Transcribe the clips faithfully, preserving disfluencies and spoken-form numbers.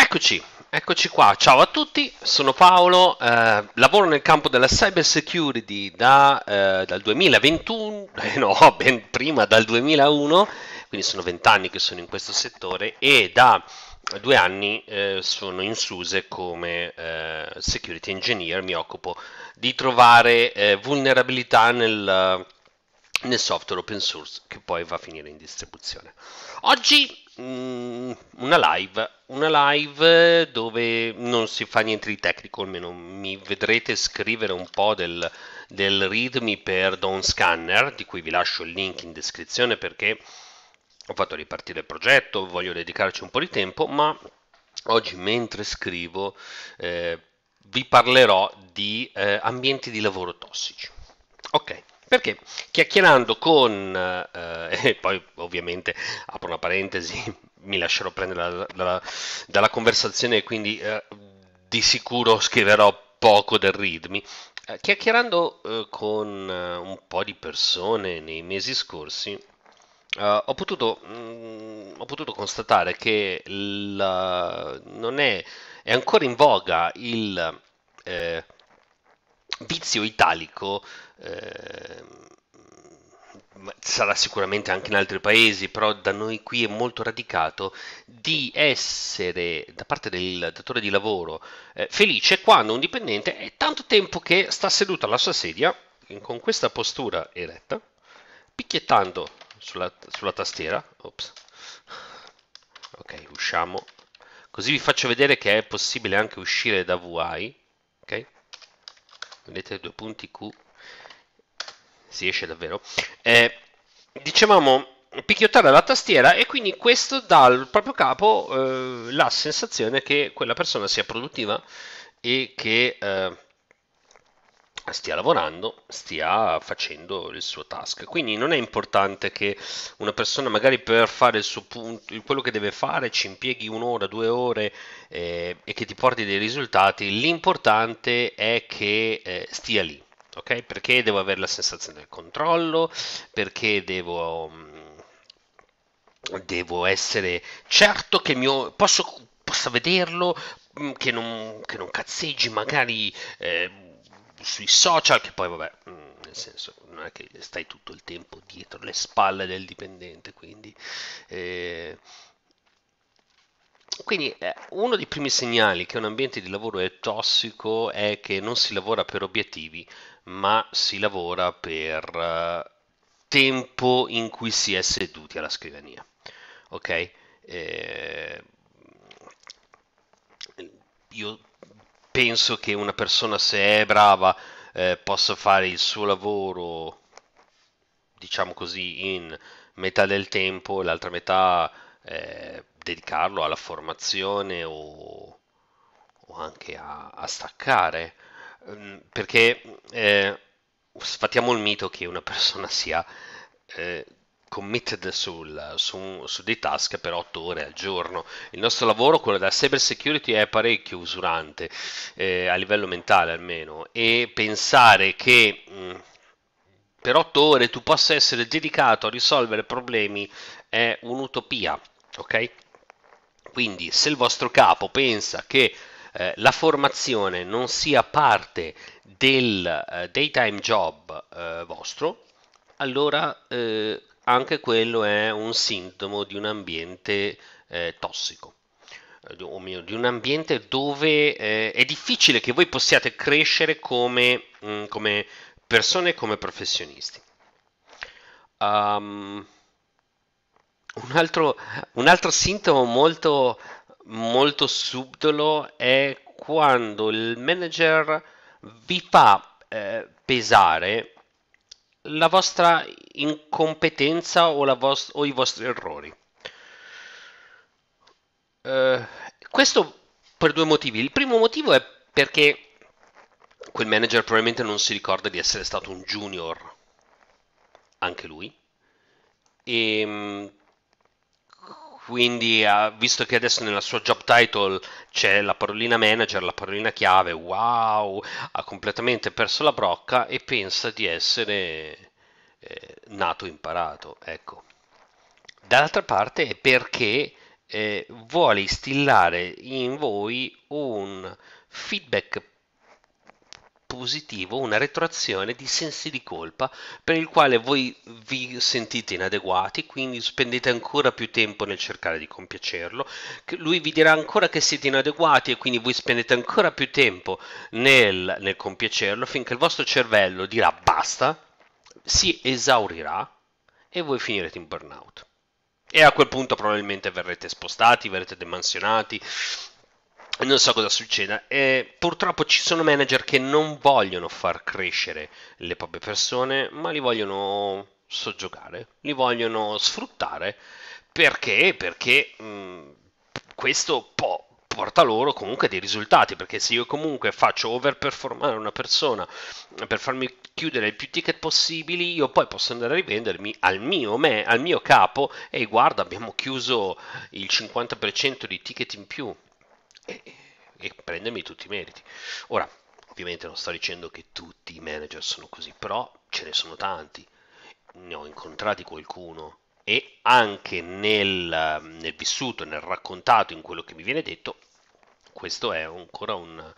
Eccoci, eccoci qua. Ciao a tutti, sono Paolo, eh, lavoro nel campo della cyber security da, eh, dal duemilaventuno, eh, no, ben prima dal duemilauno, quindi sono vent'anni che sono in questo settore e da due anni eh, sono in SUSE come eh, security engineer, mi occupo di trovare eh, vulnerabilità nel, nel software open source che poi va a finire in distribuzione. Oggi mm, una live, una live dove non si fa niente di tecnico, almeno mi vedrete scrivere un po' del, del readme per Dawn Scanner, di cui vi lascio il link in descrizione perché ho fatto ripartire il progetto, voglio dedicarci un po' di tempo, ma oggi mentre scrivo eh, vi parlerò di eh, ambienti di lavoro tossici. Ok, perché chiacchierando con, eh, e poi ovviamente apro una parentesi, mi lascerò prendere dalla, dalla- dalla conversazione e quindi eh, di sicuro scriverò poco del readme. Eh, chiacchierando eh, con eh, un po' di persone nei mesi scorsi, eh, ho potuto, mm, ho potuto constatare che la- non è, è ancora in voga il eh, vizio italico, eh, ma sarà sicuramente anche in altri paesi, però da noi qui è molto radicato, di essere da parte del datore di lavoro eh, felice quando un dipendente è tanto tempo che sta seduto alla sua sedia, con questa postura eretta, picchiettando sulla, sulla tastiera. Ops. Ok, usciamo. Così vi faccio vedere che è possibile anche uscire da V I. Ok? Vedete due punti Q, si esce davvero. Eh, dicevamo picchiottare la tastiera e quindi questo dà al proprio capo eh, la sensazione che quella persona sia produttiva e che eh, stia lavorando, stia facendo il suo task. Quindi non è importante che una persona magari per fare il suo punto, quello che deve fare ci impieghi un'ora, due ore eh, e che ti porti dei risultati. L'importante è che eh, stia lì. Ok? Perché devo avere la sensazione del controllo, perché devo, mm, devo essere certo che il mio, posso, possa vederlo, mm, che non, che non cazzeggi magari eh, sui social, che poi vabbè, mm, nel senso, non è che stai tutto il tempo dietro le spalle del dipendente, quindi... eh, quindi eh, uno dei primi segnali che un ambiente di lavoro è tossico è che non si lavora per obiettivi, ma si lavora per eh, tempo in cui si è seduti alla scrivania. Ok? Eh, io penso che una persona se è brava eh, possa fare il suo lavoro, diciamo così, in metà del tempo, e l'altra metà eh, dedicarlo alla formazione o, o anche a, a staccare. Mm, perché eh, sfatiamo il mito che una persona sia eh, committed sul, su, su dei task per otto ore al giorno. Il nostro lavoro, quello della cyber security, è parecchio usurante, eh, a livello mentale almeno, e pensare che mh, per otto ore tu possa essere dedicato a risolvere problemi è un'utopia, ok? Quindi se il vostro capo pensa che eh, la formazione non sia parte del eh, daytime job eh, vostro, allora eh, anche quello è un sintomo di un ambiente eh, tossico, eh, o meglio, di un ambiente dove eh, è difficile che voi possiate crescere come, mh, come persone, come professionisti. Um, un altro, un altro sintomo molto, molto subdolo è quando il manager vi fa eh, pesare la vostra incompetenza o, la vos- o i vostri errori. Eh, questo per due motivi. Il primo motivo è perché quel manager probabilmente non si ricorda di essere stato un junior, anche lui, e mh, quindi ha- visto che adesso nella sua job title c'è la parolina manager, la parolina chiave, wow, ha completamente perso la brocca e pensa di essere eh, nato imparato, ecco. Dall'altra parte è perché eh, vuole instillare in voi un feedback positivo, una retroazione di sensi di colpa per il quale voi vi sentite inadeguati, quindi spendete ancora più tempo nel cercare di compiacerlo, che lui vi dirà ancora che siete inadeguati e quindi voi spendete ancora più tempo nel, nel compiacerlo finché il vostro cervello dirà basta, si esaurirà e voi finirete in burnout. E a quel punto probabilmente verrete spostati, verrete demansionati, non so cosa succeda. E purtroppo ci sono manager che non vogliono far crescere le proprie persone, ma li vogliono soggiogare, li vogliono sfruttare. Perché? Perché mh, questo può porta loro comunque dei risultati, perché se io comunque faccio overperformare una persona per farmi chiudere il più ticket possibili, io poi posso andare a rivendermi al mio, me, al mio capo e guarda, abbiamo chiuso il cinquanta per cento di ticket in più e, e prendermi tutti i meriti. Ora, ovviamente non sto dicendo che tutti i manager sono così, però ce ne sono tanti. Ne ho incontrati qualcuno e anche nel, nel vissuto, nel raccontato, in quello che mi viene detto, questo è ancora un,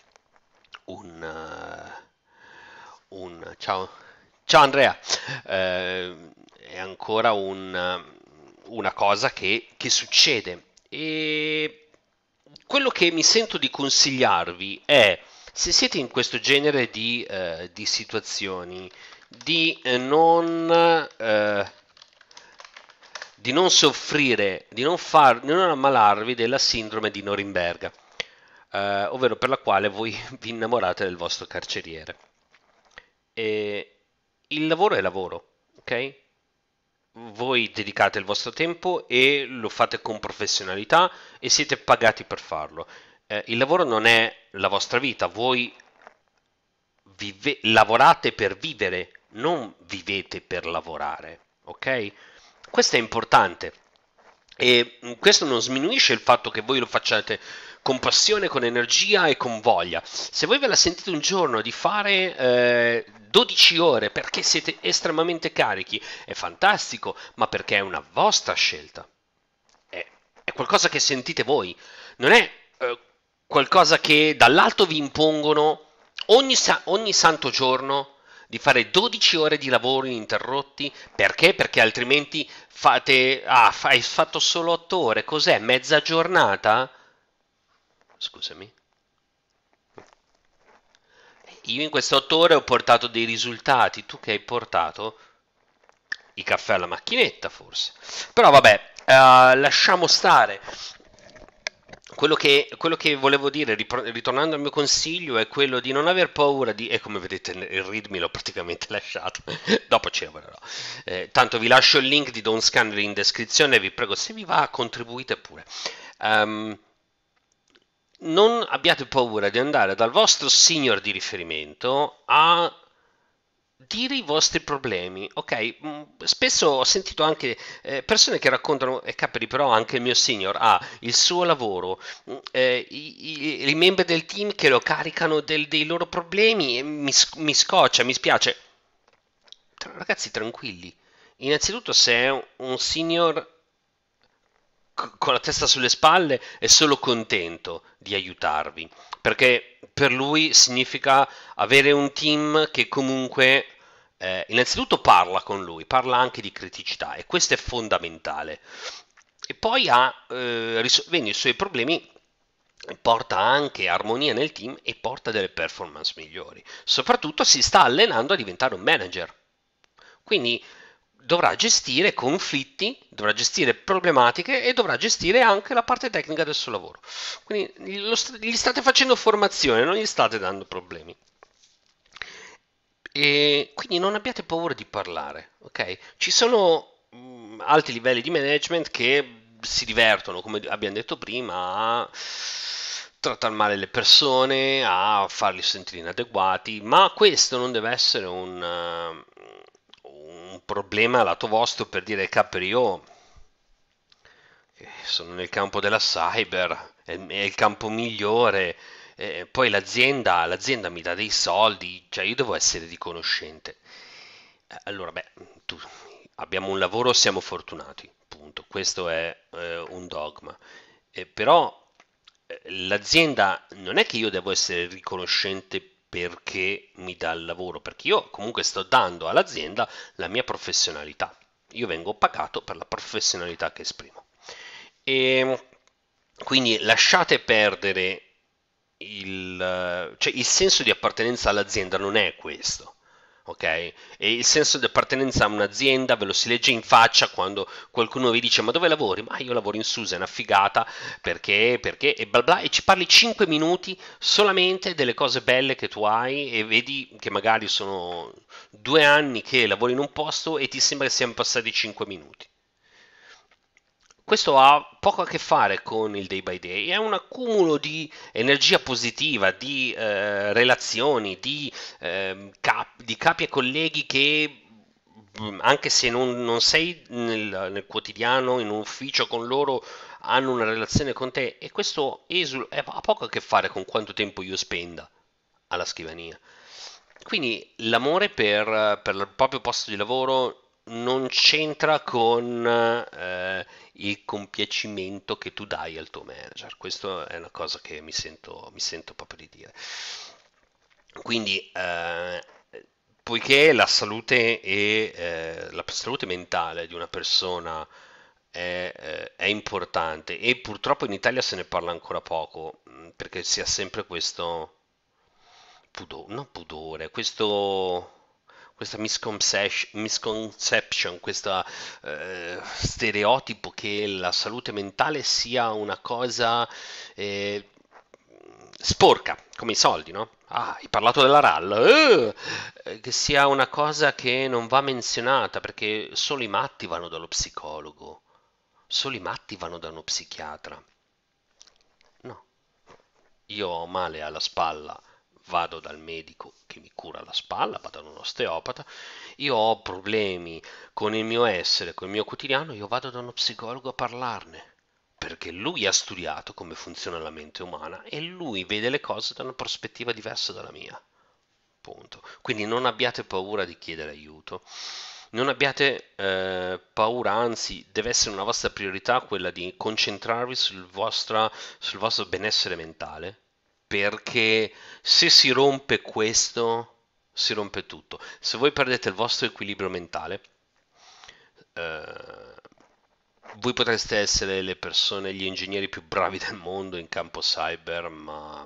un, eh, un ciao, ciao Andrea. Eh, è ancora un, una cosa che, che succede e quello che mi sento di consigliarvi è, se siete in questo genere di, eh, di situazioni, di eh, non eh, di non soffrire, di non, far, di non ammalarvi della sindrome di Norimberga, eh, ovvero per la quale voi vi innamorate del vostro carceriere. E il lavoro è lavoro, ok? Voi dedicate il vostro tempo e lo fate con professionalità e siete pagati per farlo. Eh, il lavoro non è la vostra vita, voi vive- lavorate per vivere, non vivete per lavorare, ok? Questo è importante e mh, questo non sminuisce il fatto che voi lo facciate con passione, con energia e con voglia. Se voi ve la sentite un giorno di fare eh, dodici ore perché siete estremamente carichi, è fantastico, ma perché è una vostra scelta. È, è qualcosa che sentite voi, non è eh, qualcosa che dall'alto vi impongono ogni, sa- ogni santo giorno di fare dodici ore di lavoro ininterrotti. Perché? Perché altrimenti fate... Ah, hai fatto solo otto ore, cos'è? Mezza giornata? Scusami. Io in queste otto ore ho portato dei risultati, tu che hai portato? I caffè alla macchinetta, forse. Però vabbè, eh, lasciamo stare. Quello che, quello che volevo dire, ripro- ritornando al mio consiglio, è quello di non aver paura di... E come vedete il read me l'ho praticamente lasciato, dopo ci lavorerò. Eh, tanto vi lascio il link di Don't Scanner in descrizione, vi prego, se vi va contribuite pure. Ehm, non abbiate paura di andare dal vostro senior di riferimento a dire i vostri problemi, ok? Mm, Spesso ho sentito anche eh, persone che raccontano, e capiti però anche il mio senior ha il suo lavoro, mm, eh, i, i- i membri del team che lo caricano del- dei loro problemi e mi, sc- mi scoccia, mi spiace. Tra- Ragazzi, tranquilli. Innanzitutto, se è un un senior c- con la testa sulle spalle è solo contento di aiutarvi, perché per lui significa avere un team che comunque eh, innanzitutto parla con lui, parla anche di criticità e questo è fondamentale. E poi ha, eh, risolvendo i suoi problemi, porta anche armonia nel team e porta delle performance migliori. Soprattutto si sta allenando a diventare un manager. Quindi dovrà gestire conflitti, dovrà gestire problematiche e dovrà gestire anche la parte tecnica del suo lavoro. Quindi gli state facendo formazione, non gli state dando problemi. E quindi non abbiate paura di parlare, ok? Ci sono mh, alti livelli di management che si divertono, come abbiamo detto prima, a trattare male le persone, a farli sentire inadeguati, ma questo non deve essere un, uh, un problema lato vostro per dire, capri, io eh, sono nel campo della cyber, è, è il campo migliore, eh, poi l'azienda, l'azienda mi dà dei soldi, cioè io devo essere riconoscente. Eh, Allora, beh, tu, abbiamo un lavoro, siamo fortunati, punto. questo è eh, un dogma. Eh, però eh, l'azienda non è che io devo essere riconoscente perché mi dà il lavoro, perché io comunque sto dando all'azienda la mia professionalità. Io vengo pagato per la professionalità che esprimo. E quindi lasciate perdere il, cioè il senso di appartenenza all'azienda non è questo, ok? E il senso di appartenenza a un'azienda ve lo si legge in faccia quando qualcuno vi dice ma dove lavori? Ma io lavoro in SUSE, è una figata, perché, perché, e bla bla, e ci parli cinque minuti solamente delle cose belle che tu hai e vedi che magari sono due anni che lavori in un posto e ti sembra che siano passati cinque minuti. Questo ha poco a che fare con il day by day, è un accumulo di energia positiva, di eh, relazioni, di, ehm, cap- di capi e colleghi che mm, anche se non, non sei nel, nel quotidiano, in un ufficio con loro, hanno una relazione con te e questo esul- eh, ha poco a che fare con quanto tempo io spenda alla scrivania. Quindi l'amore per, per il proprio posto di lavoro non c'entra con eh, il compiacimento che tu dai al tuo manager. Questa è una cosa che mi sento, mi sento proprio di dire. Quindi, eh, poiché la salute e eh, la salute mentale di una persona è, eh, è importante e purtroppo in Italia se ne parla ancora poco, mh, perché si ha sempre questo pudore, non pudore, questo questa misconception, misconception, questo stereotipo che la salute mentale sia una cosa eh, sporca, come i soldi, no? Ah, hai parlato della R A L, eh, che sia una cosa che non va menzionata, perché solo i matti vanno dallo psicologo, solo i matti vanno da uno psichiatra. No, io ho male alla spalla, vado dal medico che mi cura la spalla, vado da un osteopata. Io ho problemi con il mio essere, con il mio quotidiano, io vado da uno psicologo a parlarne. Perché lui ha studiato come funziona la mente umana e lui vede le cose da una prospettiva diversa dalla mia. Punto. Quindi non abbiate paura di chiedere aiuto. Non abbiate eh, paura, anzi, deve essere una vostra priorità quella di concentrarvi sul, vostra, sul vostro benessere mentale, perché se si rompe questo, si rompe tutto. Se voi perdete il vostro equilibrio mentale, eh, voi potreste essere le persone, gli ingegneri più bravi del mondo in campo cyber, ma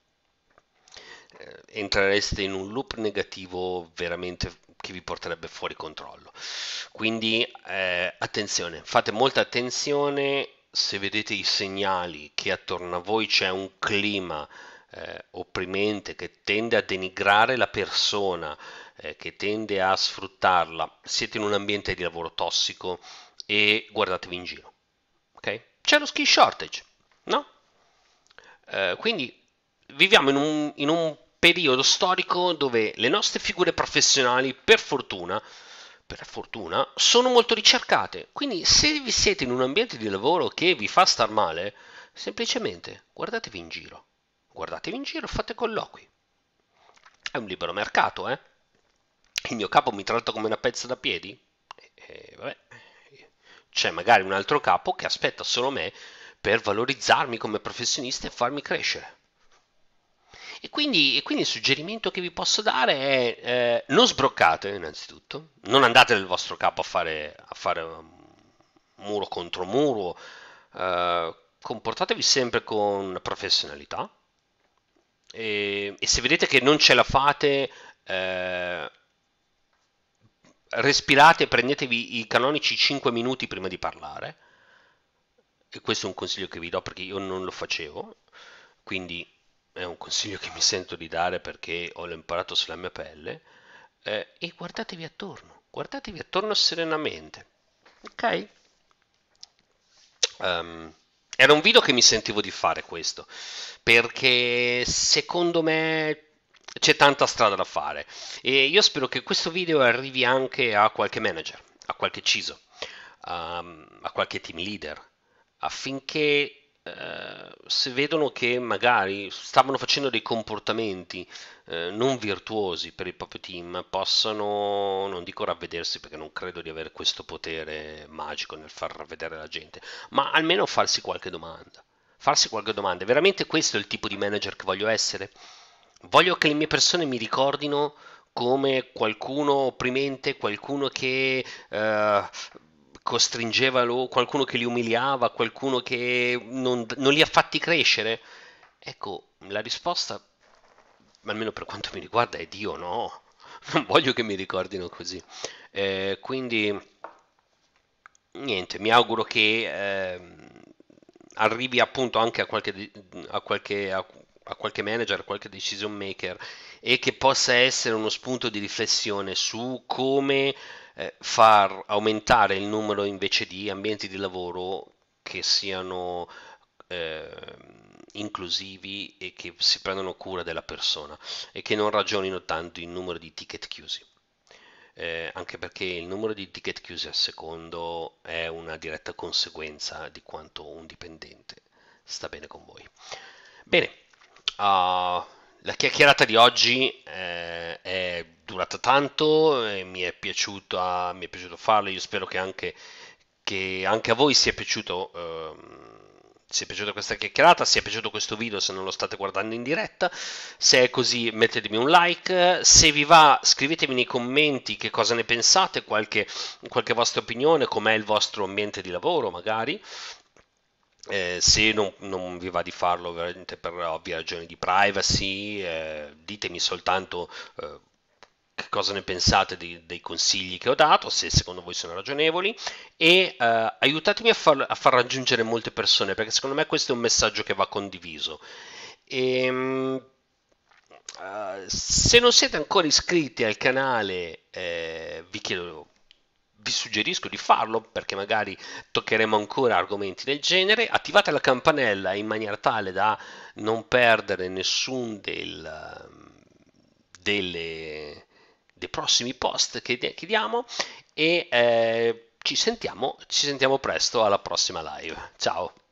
eh, entrereste in un loop negativo veramente che vi porterebbe fuori controllo. Quindi eh, attenzione, fate molta attenzione se vedete i segnali che attorno a voi c'è un clima eh, opprimente che tende a denigrare la persona, eh, che tende a sfruttarla, siete in un ambiente di lavoro tossico e guardatevi in giro, ok? C'è lo skill shortage, no? Eh, quindi viviamo in un, in un periodo storico dove le nostre figure professionali, per fortuna, per fortuna, sono molto ricercate. Quindi se vi siete in un ambiente di lavoro che vi fa star male, semplicemente guardatevi in giro. Guardatevi in giro, fate colloqui. È un libero mercato, eh? Il mio capo mi tratta come una pezza da piedi? E, e vabbè, c'è magari un altro capo che aspetta solo me per valorizzarmi come professionista e farmi crescere. E quindi, e quindi il suggerimento che vi posso dare è eh, non sbroccate innanzitutto, non andate nel vostro capo a fare, a fare um, muro contro muro, eh, comportatevi sempre con professionalità e, e se vedete che non ce la fate, eh, respirate, prendetevi i canonici cinque minuti prima di parlare. E questo è un consiglio che vi do perché io non lo facevo, quindi è un consiglio che mi sento di dare perché ho imparato sulla mia pelle. Eh, e guardatevi attorno, guardatevi attorno serenamente, ok? Um, era un video che mi sentivo di fare questo, perché secondo me c'è tanta strada da fare e io spero che questo video arrivi anche a qualche manager, a qualche C I S O, um, a qualche team leader, affinché eh, se vedono che magari stavano facendo dei comportamenti eh, non virtuosi per il proprio team, possono, non dico ravvedersi perché non credo di avere questo potere magico nel far ravvedere la gente, ma almeno farsi qualche domanda. Farsi qualche domanda. Veramente questo è il tipo di manager che voglio essere? Voglio che le mie persone mi ricordino come qualcuno opprimente, qualcuno che eh, costringeva loro, qualcuno che li umiliava, qualcuno che non, non li ha fatti crescere? Ecco, la risposta, almeno per quanto mi riguarda, è Dio no. Non voglio che mi ricordino così. Eh, quindi, niente, mi auguro che ehm, arrivi appunto anche a qualche, di- a qualche, a, a qualche manager, a qualche decision maker e che possa essere uno spunto di riflessione su come eh, far aumentare il numero invece di ambienti di lavoro che siano eh, inclusivi e che si prendano cura della persona e che non ragionino tanto in numero di ticket chiusi. Eh, anche perché il numero di ticket chiusi al secondo è una diretta conseguenza di quanto un dipendente sta bene con voi. Bene, uh, la chiacchierata di oggi eh, è durata tanto e mi è piaciuto, mi è piaciuto farlo. Io spero che anche, che anche a voi sia piaciuto. ehm, sia piaciuta questa chiacchierata, sia piaciuto questo video se non lo state guardando in diretta. Se è così mettetemi un like, se vi va scrivetemi nei commenti che cosa ne pensate, qualche, qualche vostra opinione, com'è il vostro ambiente di lavoro magari. Eh, se non, non vi va di farlo veramente per ovvie ragioni di privacy, eh, ditemi soltanto eh, che cosa ne pensate di- dei consigli che ho dato, se secondo voi sono ragionevoli, e eh, aiutatemi a far, a far raggiungere molte persone, perché secondo me questo è un messaggio che va condiviso. E, Uh, se non siete ancora iscritti al canale, eh, vi chiedo, vi suggerisco di farlo perché magari toccheremo ancora argomenti del genere. Attivate la campanella in maniera tale da non perdere nessun del, delle, dei prossimi post che, che diamo e eh, ci sentiamo, ci sentiamo presto alla prossima live. Ciao!